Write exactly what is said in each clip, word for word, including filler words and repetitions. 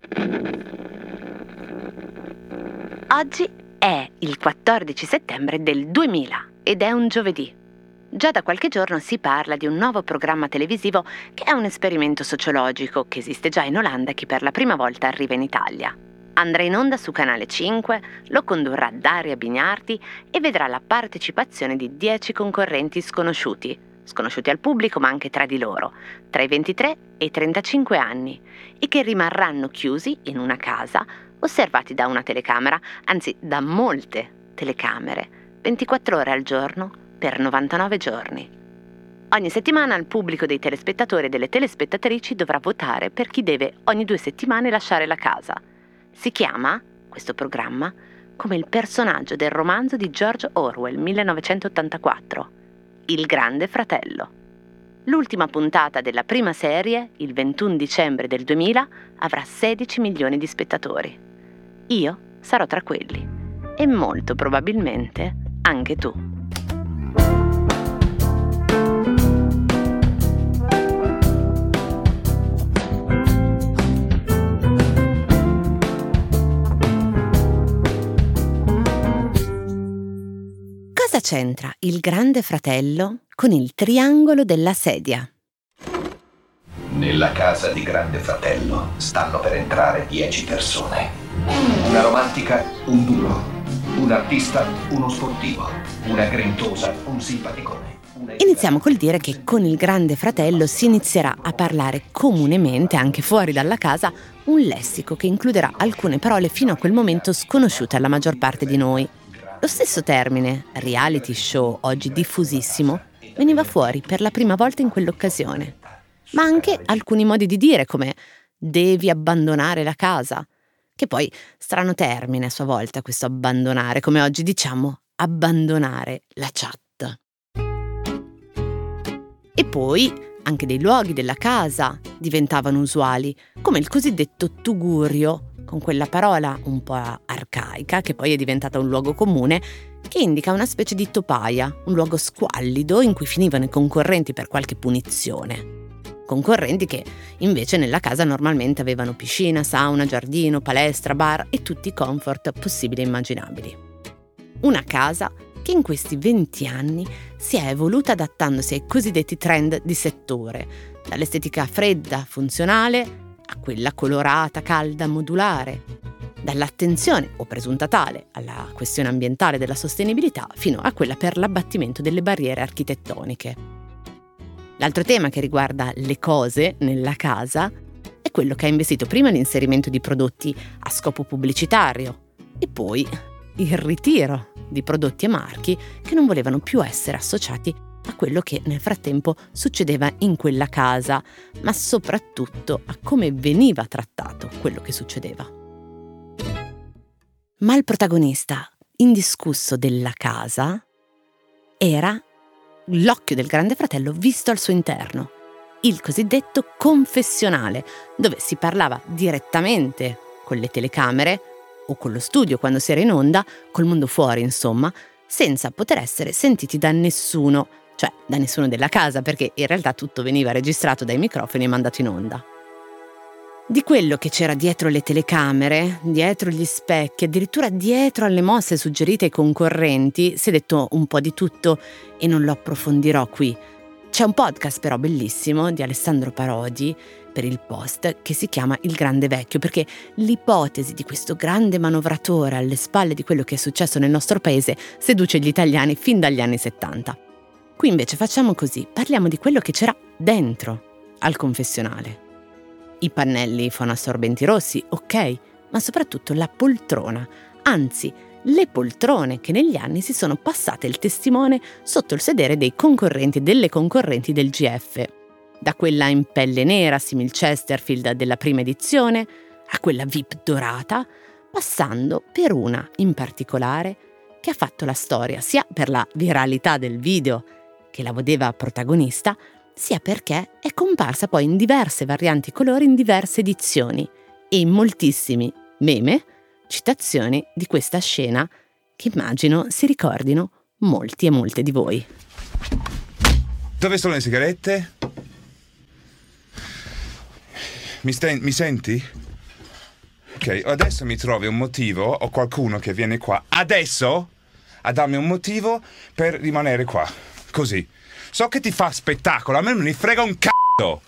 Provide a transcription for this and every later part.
Oggi è il quattordici settembre del duemila ed è un giovedì. Già da qualche giorno si parla di un nuovo programma televisivo che è un esperimento sociologico che esiste già in Olanda e che per la prima volta arriva in Italia. Andrà in onda su Canale cinque, lo condurrà Daria Bignardi e vedrà la partecipazione di dieci concorrenti sconosciuti, sconosciuti al pubblico ma anche tra di loro, tra i ventitré e i trentacinque anni, e che rimarranno chiusi in una casa, osservati da una telecamera, anzi da molte telecamere, ventiquattro ore al giorno per novantanove giorni. Ogni settimana il pubblico dei telespettatori e delle telespettatrici dovrà votare per chi deve ogni due settimane lasciare la casa. Si chiama, questo programma, come il personaggio del romanzo di George Orwell millenovecentottantaquattro, Il Grande Fratello. L'ultima puntata della prima serie, il ventuno dicembre del duemila, avrà sedici milioni di spettatori. Io sarò tra quelli e molto probabilmente anche tu. Cosa c'entra Il Grande Fratello con il triangolo della sedia? Nella casa di Grande Fratello stanno per entrare dieci persone. Una romantica, un duro. Un artista, uno sportivo. Una grintosa, un simpaticone. Una... Iniziamo col dire che con Il Grande Fratello si inizierà a parlare comunemente, anche fuori dalla casa, un lessico che includerà alcune parole fino a quel momento sconosciute alla maggior parte di noi. Lo stesso termine, reality show, oggi diffusissimo, veniva fuori per la prima volta in quell'occasione. Ma anche alcuni modi di dire come devi abbandonare la casa, che poi strano termine a sua volta questo abbandonare, come oggi diciamo abbandonare la chat. E poi anche dei luoghi della casa diventavano usuali, come il cosiddetto tugurio, con quella parola un po' arcaica che poi è diventata un luogo comune che indica una specie di topaia, un luogo squallido in cui finivano i concorrenti per qualche punizione. Concorrenti che invece nella casa normalmente avevano piscina, sauna, giardino, palestra, bar e tutti i comfort possibili e immaginabili. Una casa che in questi venti anni si è evoluta adattandosi ai cosiddetti trend di settore, dall'estetica fredda, funzionale, a quella colorata, calda, modulare, dall'attenzione, o presunta tale, alla questione ambientale della sostenibilità, fino a quella per l'abbattimento delle barriere architettoniche. L'altro tema che riguarda le cose nella casa è quello che ha investito prima l'inserimento di prodotti a scopo pubblicitario e poi il ritiro di prodotti e marchi che non volevano più essere associati a quello che nel frattempo succedeva in quella casa, ma soprattutto a come veniva trattato quello che succedeva. Ma il protagonista indiscusso della casa era l'occhio del Grande Fratello visto al suo interno, il cosiddetto confessionale, dove si parlava direttamente con le telecamere o con lo studio quando si era in onda, col mondo fuori insomma, senza poter essere sentiti da nessuno, cioè da nessuno della casa, perché in realtà tutto veniva registrato dai microfoni e mandato in onda. Di quello che c'era dietro le telecamere, dietro gli specchi, addirittura dietro alle mosse suggerite ai concorrenti, si è detto un po' di tutto e non lo approfondirò qui. C'è un podcast però bellissimo di Alessandro Parodi per il Post che si chiama Il Grande Vecchio, perché l'ipotesi di questo grande manovratore alle spalle di quello che è successo nel nostro paese seduce gli italiani fin dagli anni settanta. Qui invece facciamo così, parliamo di quello che c'era dentro al confessionale. I pannelli fonoassorbenti rossi, ok, ma soprattutto la poltrona, anzi le poltrone che negli anni si sono passate il testimone sotto il sedere dei concorrenti e delle concorrenti del G F, da quella in pelle nera simil Chesterfield della prima edizione a quella V I P dorata, passando per una in particolare che ha fatto la storia sia per la viralità del video che la vedeva protagonista, sia perché è comparsa poi in diverse varianti colori in diverse edizioni e in moltissimi meme, citazioni di questa scena che immagino si ricordino molti e molte di voi. Dove sono le sigarette? Mi, stai, mi senti? Ok, adesso mi trovi un motivo o qualcuno che viene qua adesso a darmi un motivo per rimanere qua. Così. So che ti fa spettacolo, a me non mi frega un c***o.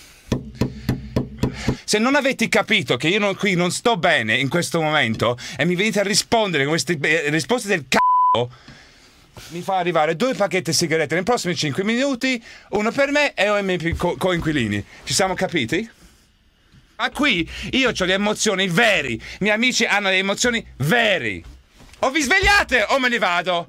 Se non avete capito che io non, qui non sto bene in questo momento e mi venite a rispondere con queste eh, risposte del c***o, mi fa arrivare due pacchetti di sigarette nei prossimi cinque minuti, uno per me e uno ai miei co- coinquilini. Ci siamo capiti? Ma qui io ho le emozioni veri, i miei amici hanno le emozioni veri. O vi svegliate o me ne vado.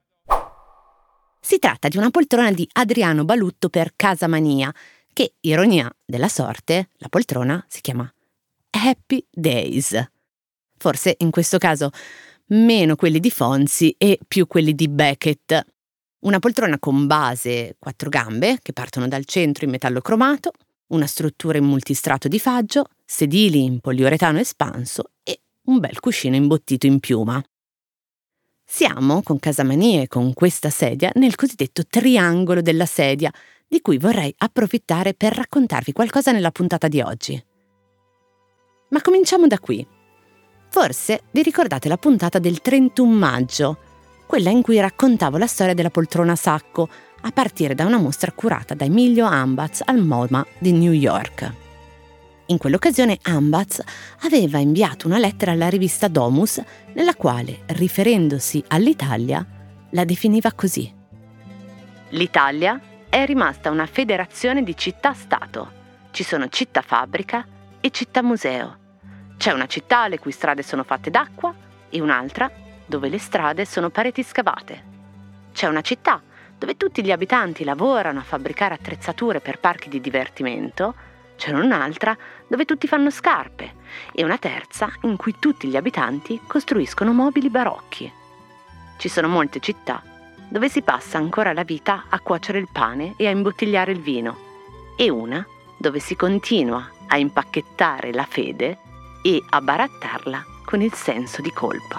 Si tratta di una poltrona di Adriano Balutto per Casamania, che, ironia della sorte, la poltrona si chiama Happy Days. Forse in questo caso meno quelli di Fonzi e più quelli di Beckett. Una poltrona con base quattro gambe che partono dal centro in metallo cromato, una struttura in multistrato di faggio, sedili in poliuretano espanso e un bel cuscino imbottito in piuma. Siamo, con Casamania e con questa sedia, nel cosiddetto triangolo della sedia, di cui vorrei approfittare per raccontarvi qualcosa nella puntata di oggi. Ma cominciamo da qui. Forse vi ricordate la puntata del trentuno maggio, quella in cui raccontavo la storia della poltrona sacco, a partire da una mostra curata da Emilio Ambaz al MoMA di New York. In quell'occasione Ambaz aveva inviato una lettera alla rivista Domus nella quale, riferendosi all'Italia, la definiva così. L'Italia è rimasta una federazione di città-stato. Ci sono città-fabbrica e città-museo. C'è una città le cui strade sono fatte d'acqua e un'altra dove le strade sono pareti scavate. C'è una città dove tutti gli abitanti lavorano a fabbricare attrezzature per parchi di divertimento. C'è un'altra dove tutti fanno scarpe e una terza in cui tutti gli abitanti costruiscono mobili barocchi. Ci sono molte città dove si passa ancora la vita a cuocere il pane e a imbottigliare il vino e una dove si continua a impacchettare la fede e a barattarla con il senso di colpa.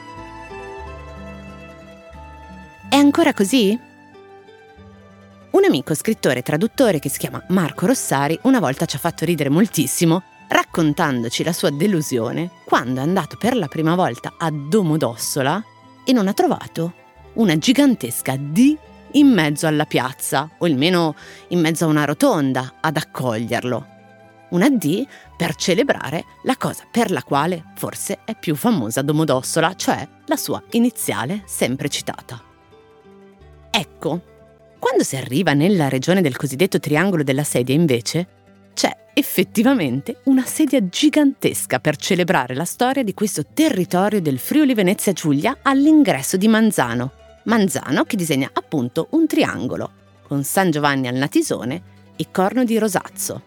È ancora così? Un amico scrittore e traduttore che si chiama Marco Rossari una volta ci ha fatto ridere moltissimo raccontandoci la sua delusione quando è andato per la prima volta a Domodossola e non ha trovato una gigantesca D in mezzo alla piazza, o almeno in mezzo a una rotonda ad accoglierlo. Una D per celebrare la cosa per la quale forse è più famosa Domodossola, cioè la sua iniziale sempre citata. Ecco, quando si arriva nella regione del cosiddetto triangolo della sedia, invece, c'è effettivamente una sedia gigantesca per celebrare la storia di questo territorio del Friuli Venezia Giulia all'ingresso di Manzano. Manzano che disegna appunto un triangolo, con San Giovanni al Natisone e Corno di Rosazzo.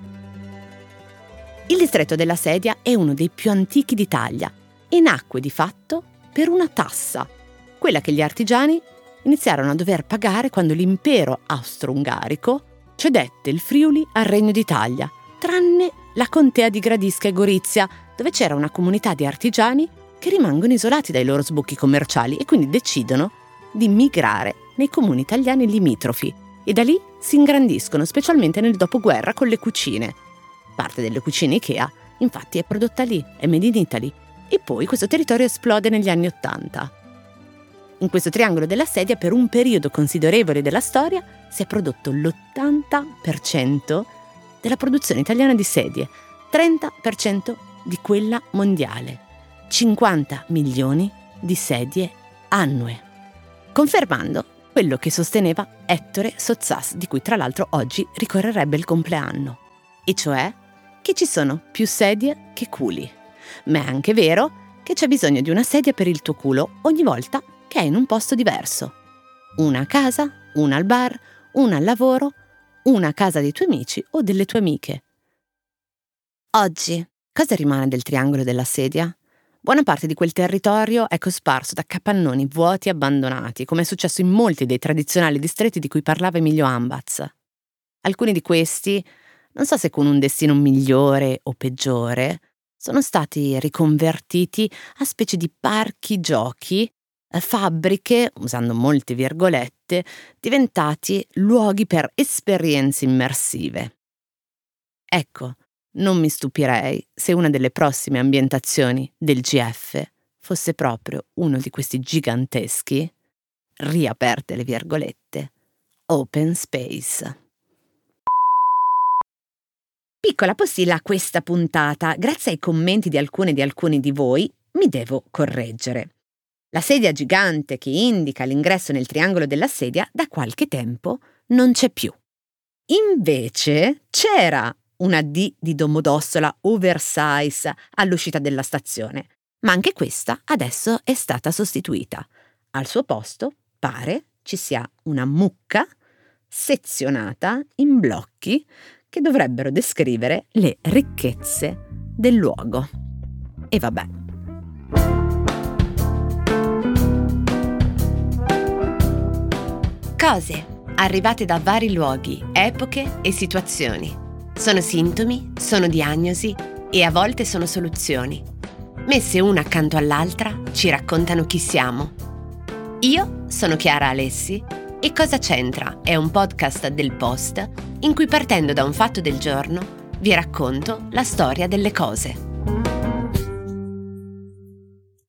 Il distretto della sedia è uno dei più antichi d'Italia e nacque di fatto per una tassa, quella che gli artigiani iniziarono a dover pagare quando l'impero austro-ungarico cedette il Friuli al Regno d'Italia, tranne la contea di Gradisca e Gorizia, dove c'era una comunità di artigiani che rimangono isolati dai loro sbocchi commerciali e quindi decidono di migrare nei comuni italiani limitrofi e da lì si ingrandiscono, specialmente nel dopoguerra con le cucine. Parte delle cucine Ikea, infatti, è prodotta lì, è made in Italy, e poi questo territorio esplode negli anni Ottanta. In questo triangolo della sedia, per un periodo considerevole della storia, si è prodotto l'ottanta per cento della produzione italiana di sedie, trenta per cento di quella mondiale, cinquanta milioni di sedie annue, confermando quello che sosteneva Ettore Sozzas, di cui tra l'altro oggi ricorrerebbe il compleanno, e cioè che ci sono più sedie che culi. Ma è anche vero che c'è bisogno di una sedia per il tuo culo ogni volta che è in un posto diverso. Una a casa, una al bar, una al lavoro, una a casa dei tuoi amici o delle tue amiche. Oggi, cosa rimane del triangolo della sedia? Buona parte di quel territorio è cosparso da capannoni vuoti e abbandonati, come è successo in molti dei tradizionali distretti di cui parlava Emilio Ambaz. Alcuni di questi, non so se con un destino migliore o peggiore, sono stati riconvertiti a specie di parchi giochi, fabbriche, usando molte virgolette, diventati luoghi per esperienze immersive. Ecco, non mi stupirei se una delle prossime ambientazioni del G F fosse proprio uno di questi giganteschi, riaperte le virgolette, open space. Piccola postilla a questa puntata, grazie ai commenti di alcune di alcuni di voi, mi devo correggere. La sedia gigante che indica l'ingresso nel triangolo della sedia da qualche tempo non c'è più. Invece c'era una D di Domodossola oversize all'uscita della stazione, ma anche questa adesso è stata sostituita. Al suo posto pare ci sia una mucca sezionata in blocchi che dovrebbero descrivere le ricchezze del luogo. E vabbè. Cose arrivate da vari luoghi, epoche e situazioni. Sono sintomi, sono diagnosi e a volte sono soluzioni. Messe una accanto all'altra ci raccontano chi siamo. Io sono Chiara Alessi e Cosa c'entra è un podcast del Post in cui, partendo da un fatto del giorno, vi racconto la storia delle cose.